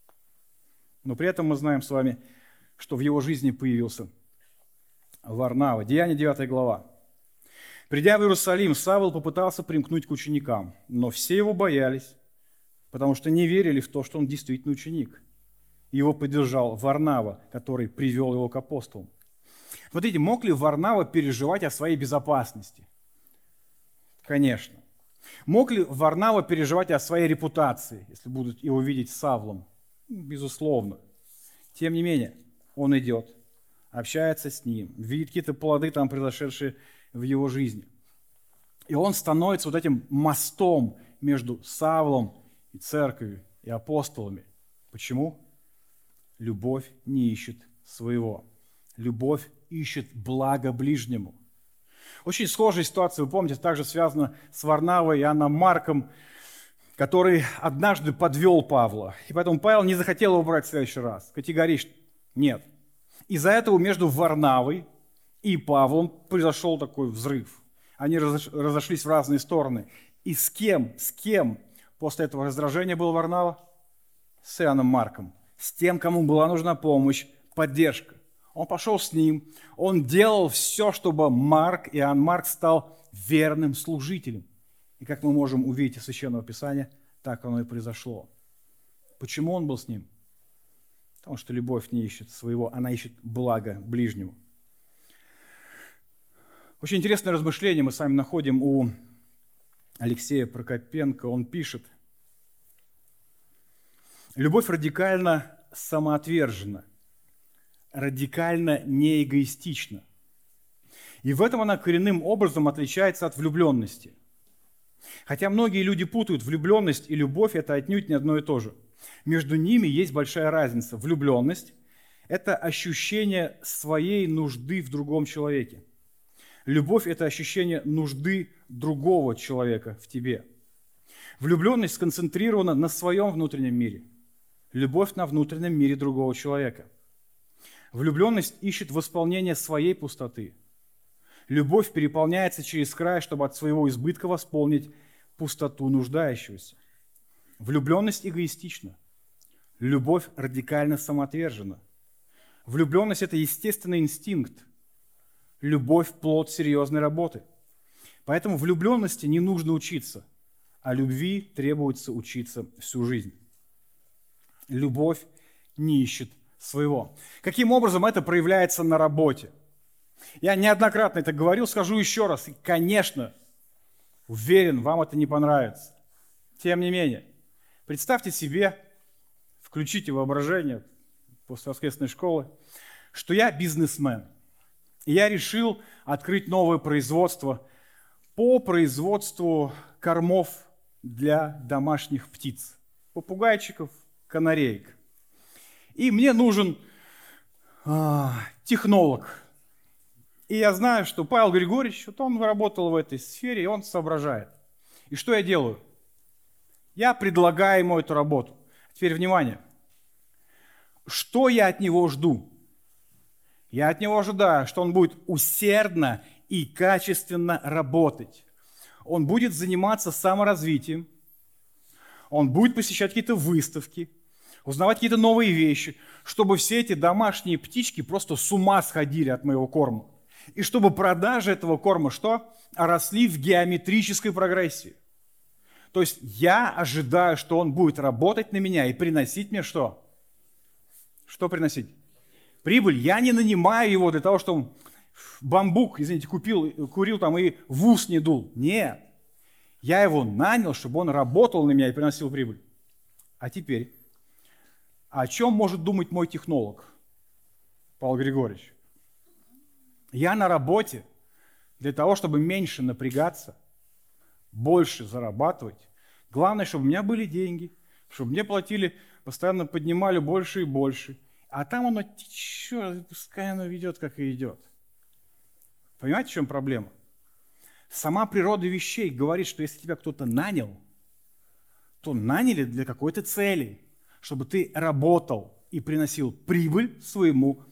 Но при этом мы знаем с вами, что в его жизни появился Варнава. Деяния 9 глава. Придя в Иерусалим, Савл попытался примкнуть к ученикам, но все его боялись, потому что не верили в то, что он действительно ученик. Его поддержал Варнава, который привел его к апостолам. Смотрите, мог ли Варнава переживать о своей безопасности? Конечно. Мог ли Варнава переживать о своей репутации, если будут его видеть с Савлом? Безусловно. Тем не менее, он идет, общается с ним, видит какие-то плоды, там произошедшие в его жизни. И он становится вот этим мостом между Савлом и церковью, и апостолами. Почему? Любовь не ищет своего. Любовь ищет благо ближнему. Очень схожая ситуация, вы помните, также связана с Варнавой и Иоанном Марком, который однажды подвел Павла. И поэтому Павел не захотел его брать в следующий раз. Категорично. Нет. Из-за этого между Варнавой и Павлом произошел такой взрыв. Они разошлись в разные стороны. И с кем после этого раздражения был Варнава? С Иоанном Марком. С тем, кому была нужна помощь, поддержка. Он пошел с ним, он делал все, чтобы Иоанн Марк стал верным служителем. И как мы можем увидеть из Священного Писания, так оно и произошло. Почему он был с ним? Потому что любовь не ищет своего, она ищет благо ближнему. Очень интересное размышление мы с вами находим у Алексея Прокопенко. Он пишет: любовь радикально самоотвержена, радикально неэгоистична. И в этом она коренным образом отличается от влюбленности. Хотя многие люди путают влюбленность и любовь, это отнюдь не одно и то же. Между ними есть большая разница. Влюбленность – это ощущение своей нужды в другом человеке. Любовь – это ощущение нужды другого человека в тебе. Влюбленность сконцентрирована на своем внутреннем мире. любовь на внутреннем мире другого человека. Влюбленность ищет восполнение своей пустоты. Любовь переполняется через край, чтобы от своего избытка восполнить пустоту нуждающегося. Влюбленность эгоистична. Любовь радикально самоотвержена. Влюбленность – это естественный инстинкт. Любовь – плод серьезной работы. Поэтому влюбленности не нужно учиться, а любви требуется учиться всю жизнь. Любовь не ищет своего. Каким образом это проявляется на работе? Я неоднократно это говорил, скажу еще раз. И, конечно, уверен, вам это не понравится. Тем не менее, представьте себе, включите воображение после воскресной школы, что я бизнесмен. И я решил открыть новое производство по производству кормов для домашних птиц, попугайчиков, канареек. И мне нужен технолог. И я знаю, что Павел Григорьевич, вот он работал в этой сфере, и он соображает. И что я делаю? Я предлагаю ему эту работу. Теперь внимание. Что я от него жду? Я от него ожидаю, что он будет усердно и качественно работать. Он будет заниматься саморазвитием. Он будет посещать какие-то выставки, узнавать какие-то новые вещи, чтобы все эти домашние птички просто с ума сходили от моего корма. И чтобы продажи этого корма что? Росли в геометрической прогрессии. То есть я ожидаю, что он будет работать на меня и приносить мне что? Что приносить? Прибыль. Я не нанимаю его для того, чтобы он бамбук, извините, курил там и в ус не дул. Нет. Я его нанял, чтобы он работал на меня и приносил прибыль. А теперь, о чем может думать мой технолог, Павел Григорьевич? Я на работе для того, чтобы меньше напрягаться, больше зарабатывать. Главное, чтобы у меня были деньги, чтобы мне платили, постоянно поднимали больше и больше. А там оно течет, пускай оно ведет, как и идет. Понимаете, в чем проблема? Сама природа вещей говорит, что если тебя кто-то нанял, то наняли для какой-то цели, чтобы ты работал и приносил прибыль своему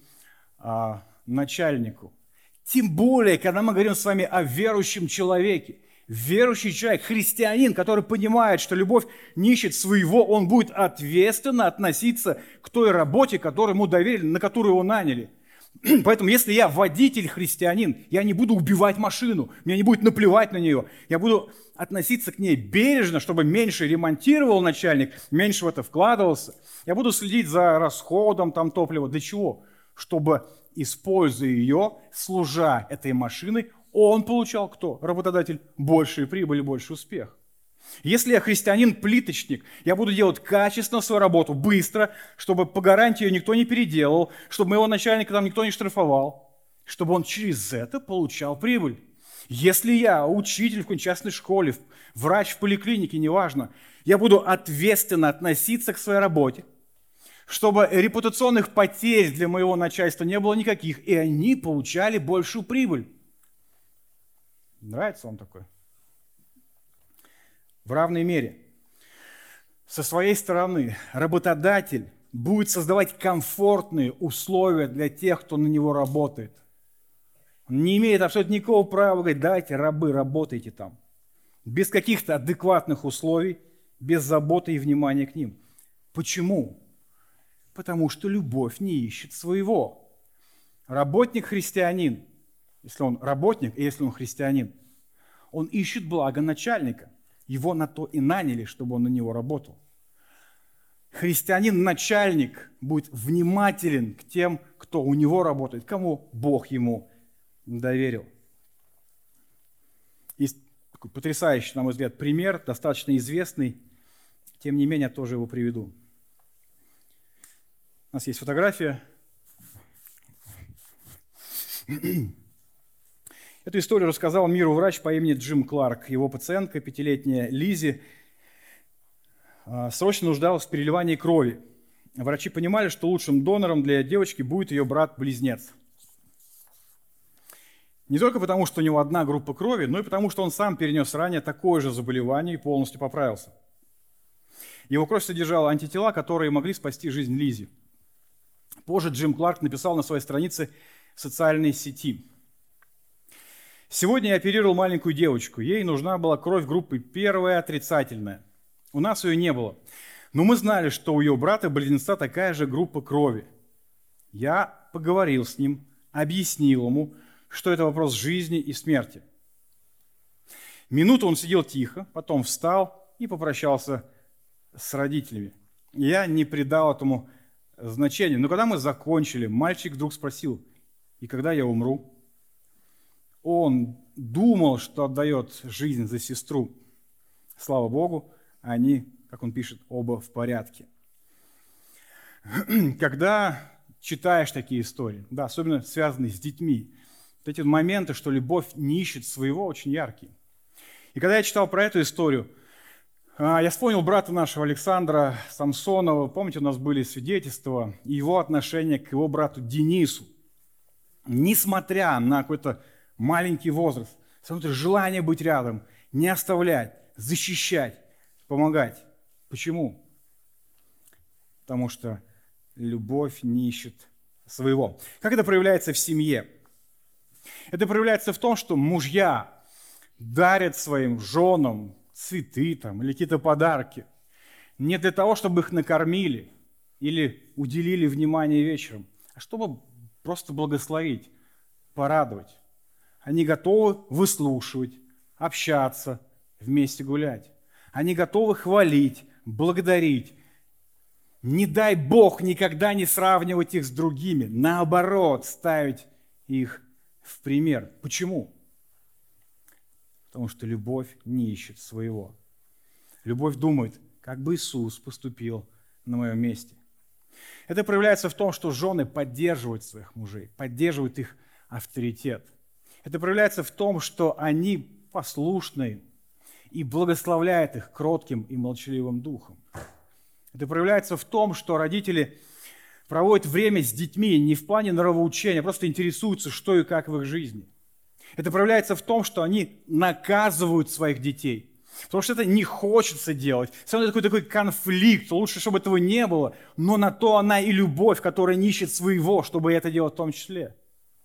начальнику. Тем более, когда мы говорим с вами о верующем человеке. Верующий человек, христианин, который понимает, что любовь не ищет своего, он будет ответственно относиться к той работе, которую ему доверили, на которую его наняли. Поэтому, если я водитель-христианин, я не буду убивать машину, мне не будет наплевать на нее. Я буду относиться к ней бережно, чтобы меньше ремонтировал начальник, меньше в это вкладывался. Я буду следить за расходом там, топлива. Для чего? Чтобы, используя ее, служа этой машиной, он получал кто? Работодатель. Большую прибыль, больше успех. Если я христианин-плиточник, я буду делать качественно свою работу, быстро, чтобы по гарантии ее никто не переделал, чтобы моего начальника там никто не штрафовал, чтобы он через это получал прибыль. Если я учитель в какой-нибудь частной школе, врач в поликлинике, неважно, я буду ответственно относиться к своей работе, чтобы репутационных потерь для моего начальства не было никаких, и они получали большую прибыль. Нравится вам такое? В равной мере. Со своей стороны работодатель будет создавать комфортные условия для тех, кто на него работает. Он не имеет абсолютно никакого права говорить: давайте, рабы, работайте там. Без каких-то адекватных условий, без заботы и внимания к ним. Почему? Потому что любовь не ищет своего. Работник-христианин, если он работник и если он христианин, он ищет благо начальника. Его на то и наняли, чтобы он на него работал. Христианин-начальник будет внимателен к тем, кто у него работает, кому Бог ему доверил. Есть такой потрясающий, на мой взгляд, пример, достаточно известный, тем не менее, я тоже его приведу. У нас есть фотография. Эту историю рассказал миру врач по имени Джим Кларк. Его пациентка, 5-летняя Лизи, срочно нуждалась в переливании крови. Врачи понимали, что лучшим донором для девочки будет ее брат-близнец. Не только потому, что у него одна группа крови, но и потому, что он сам перенес ранее такое же заболевание и полностью поправился. Его кровь содержала антитела, которые могли спасти жизнь Лизе. Позже Джим Кларк написал на своей странице в социальной сети: «Сегодня я оперировал маленькую девочку. Ей нужна была кровь группы первая отрицательная. У нас ее не было. Но мы знали, что у ее брата-близнеца такая же группа крови. Я поговорил с ним, объяснил ему, что это вопрос жизни и смерти. Минуту он сидел тихо, потом встал и попрощался с родителями. Я не придал этому значения. Но когда мы закончили, мальчик вдруг спросил: и когда я умру? Он думал, что отдает жизнь за сестру. Слава Богу, они, как он пишет, оба в порядке». Когда читаешь такие истории, да, особенно связанные с детьми, вот эти моменты, что любовь не ищет своего, очень яркие. И когда я читал про эту историю, я вспомнил брата нашего Александра Самсонова. Помните, у нас были свидетельства, и его отношение к его брату Денису. Несмотря на какой-то маленький возраст, смотрите, желание быть рядом, не оставлять, защищать, помогать. Почему? Потому что любовь не ищет своего. Как это проявляется в семье? Это проявляется в том, что мужья дарят своим женам цветы там, или какие-то подарки не для того, чтобы их накормили или уделили внимание вечером, а чтобы просто благословить, порадовать. Они готовы выслушивать, общаться, вместе гулять. Они готовы хвалить, благодарить. Не дай Бог никогда не сравнивать их с другими. Наоборот, ставить их в пример. Почему? Потому что любовь не ищет своего. Любовь думает, как бы Иисус поступил на моем месте. Это проявляется в том, что жены поддерживают своих мужей, поддерживают их авторитет. Это проявляется в том, что они послушны и благословляют их кротким и молчаливым духом. Это проявляется в том, что родители проводят время с детьми не в плане нравоучения, а просто интересуются, что и как в их жизни. Это проявляется в том, что они наказывают своих детей, потому что это не хочется делать. Все равно такой конфликт, лучше, чтобы этого не было, но на то она и любовь, которая не ищет своего, чтобы это делать в том числе.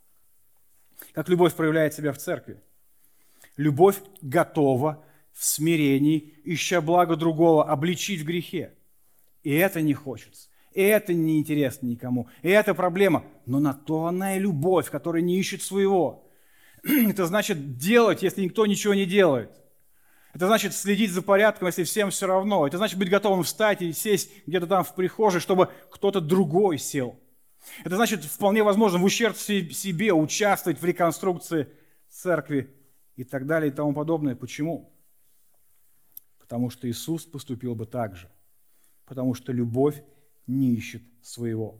Как любовь проявляет себя в церкви? Любовь готова в смирении, ища благо другого, обличить в грехе. И это не хочется, и это не интересно никому, и это проблема. Но на то она и любовь, которая не ищет своего. Это значит делать, если никто ничего не делает. Это значит следить за порядком, если всем все равно. Это значит быть готовым встать и сесть где-то там в прихожей, чтобы кто-то другой сел. Это значит, вполне возможно, в ущерб себе участвовать в реконструкции церкви и так далее и тому подобное. Почему? Потому что Иисус поступил бы так же. Потому что любовь не ищет своего.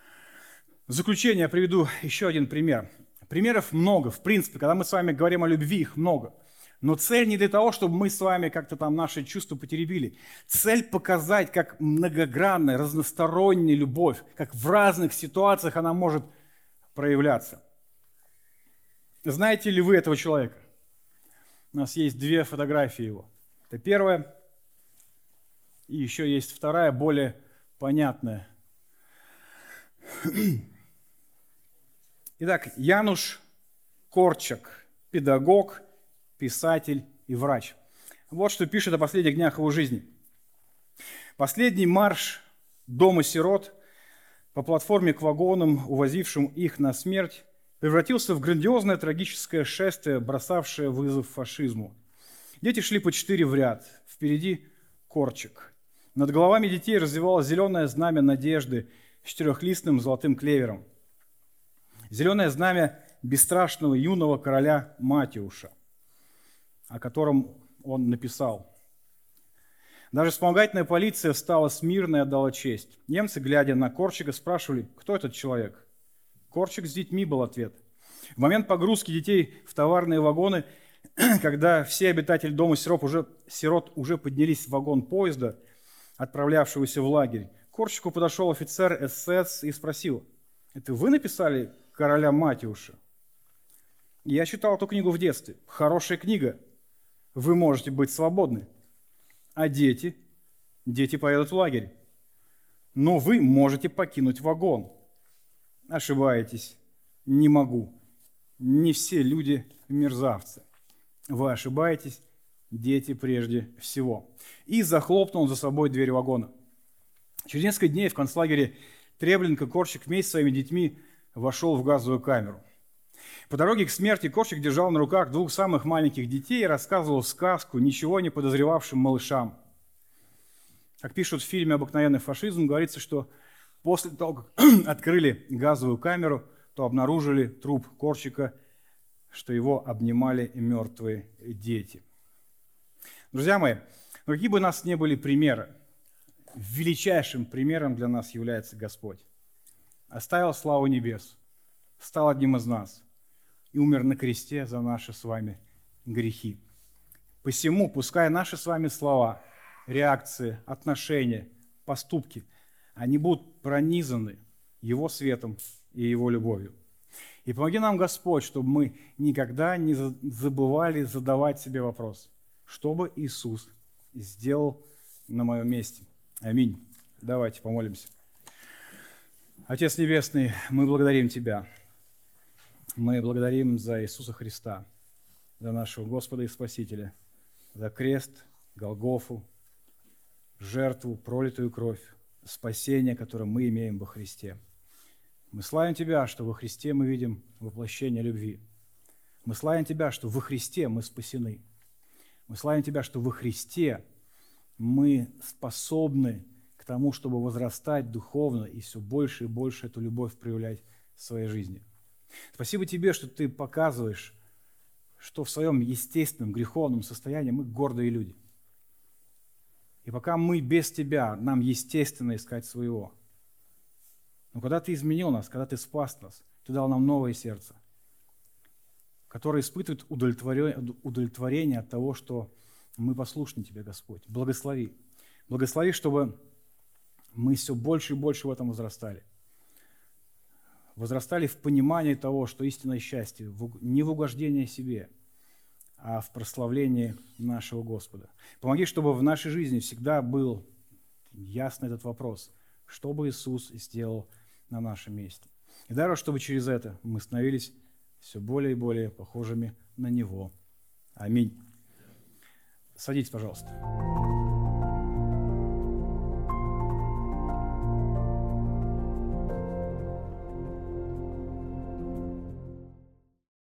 В заключение я приведу еще один пример. Примеров много, в принципе, когда мы с вами говорим о любви, их много. Но цель не для того, чтобы мы с вами как-то там наши чувства потеребили. Цель показать, как многогранная, разносторонняя любовь, как в разных ситуациях она может проявляться. Знаете ли вы этого человека? У нас есть две фотографии его. Это первая, и еще есть вторая, более понятная. Итак, Януш Корчак, педагог, писатель и врач. Вот что пишет о последних днях его жизни. Последний марш дома сирот по платформе к вагонам, увозившим их на смерть, превратился в грандиозное трагическое шествие, бросавшее вызов фашизму. Дети шли по 4 в ряд. Впереди Корчак. Над головами детей развивалось зеленое знамя надежды с 4-листным золотым клевером. Зеленое знамя бесстрашного юного короля Матиуша, о котором он написал. Даже вспомогательная полиция встала смирно и отдала честь. Немцы, глядя на Корчика, спрашивали, кто этот человек. Корчик с детьми, был ответ. В момент погрузки детей в товарные вагоны, когда все обитатели дома сирот уже поднялись в вагон поезда, отправлявшегося в лагерь, к Корчику подошел офицер СС и спросил, это вы написали короля Матиуша? Я читал эту книгу в детстве. Хорошая книга. Вы можете быть свободны. А дети? дети поедут в лагерь. Но вы можете покинуть вагон. Ошибаетесь. Не могу. Не все люди мерзавцы. Вы ошибаетесь, дети прежде всего. И захлопнул за собой дверь вагона. Через несколько дней в концлагере Треблинка Корчик вместе с своими детьми вошел в газовую камеру. По дороге к смерти Корчик держал на руках двух самых маленьких детей и рассказывал сказку ничего не подозревавшим малышам. Как пишут в фильме «Обыкновенный фашизм», говорится, что после того, как открыли газовую камеру, то обнаружили труп Корчика, что его обнимали мертвые дети. Друзья мои, какие бы у нас ни были примеры, величайшим примером для нас является Господь. Оставил славу небес, стал одним из нас и умер на кресте за наши с вами грехи. Посему, пускай наши с вами слова, реакции, отношения, поступки, они будут пронизаны Его светом и Его любовью. И помоги нам, Господь, чтобы мы никогда не забывали задавать себе вопрос, что бы Иисус сделал на моем месте. Аминь. Давайте помолимся. Отец Небесный, мы благодарим Тебя. Мы благодарим за Иисуса Христа, за нашего Господа и Спасителя, за крест, Голгофу, жертву, пролитую кровь, спасение, которое мы имеем во Христе. Мы славим Тебя, что во Христе мы видим воплощение любви. Мы славим Тебя, что во Христе мы спасены. Мы славим Тебя, что во Христе мы способны к тому, чтобы возрастать духовно и все больше и больше эту любовь проявлять в своей жизни. Спасибо Тебе, что Ты показываешь, что в своем естественном греховном состоянии мы гордые люди. И пока мы без Тебя, нам естественно искать своего. Но когда Ты изменил нас, когда Ты спас нас, Ты дал нам новое сердце, которое испытывает удовлетворение от того, что мы послушны Тебе, Господь. Благослови. Благослови, чтобы мы все больше и больше в этом возрастали. Возрастали в понимании того, что истинное счастье не в угождении себе, а в прославлении нашего Господа. Помоги, чтобы в нашей жизни всегда был ясный этот вопрос, что бы Иисус сделал на нашем месте. И дай, чтобы через это мы становились все более и более похожими на Него. Аминь. Садитесь, пожалуйста.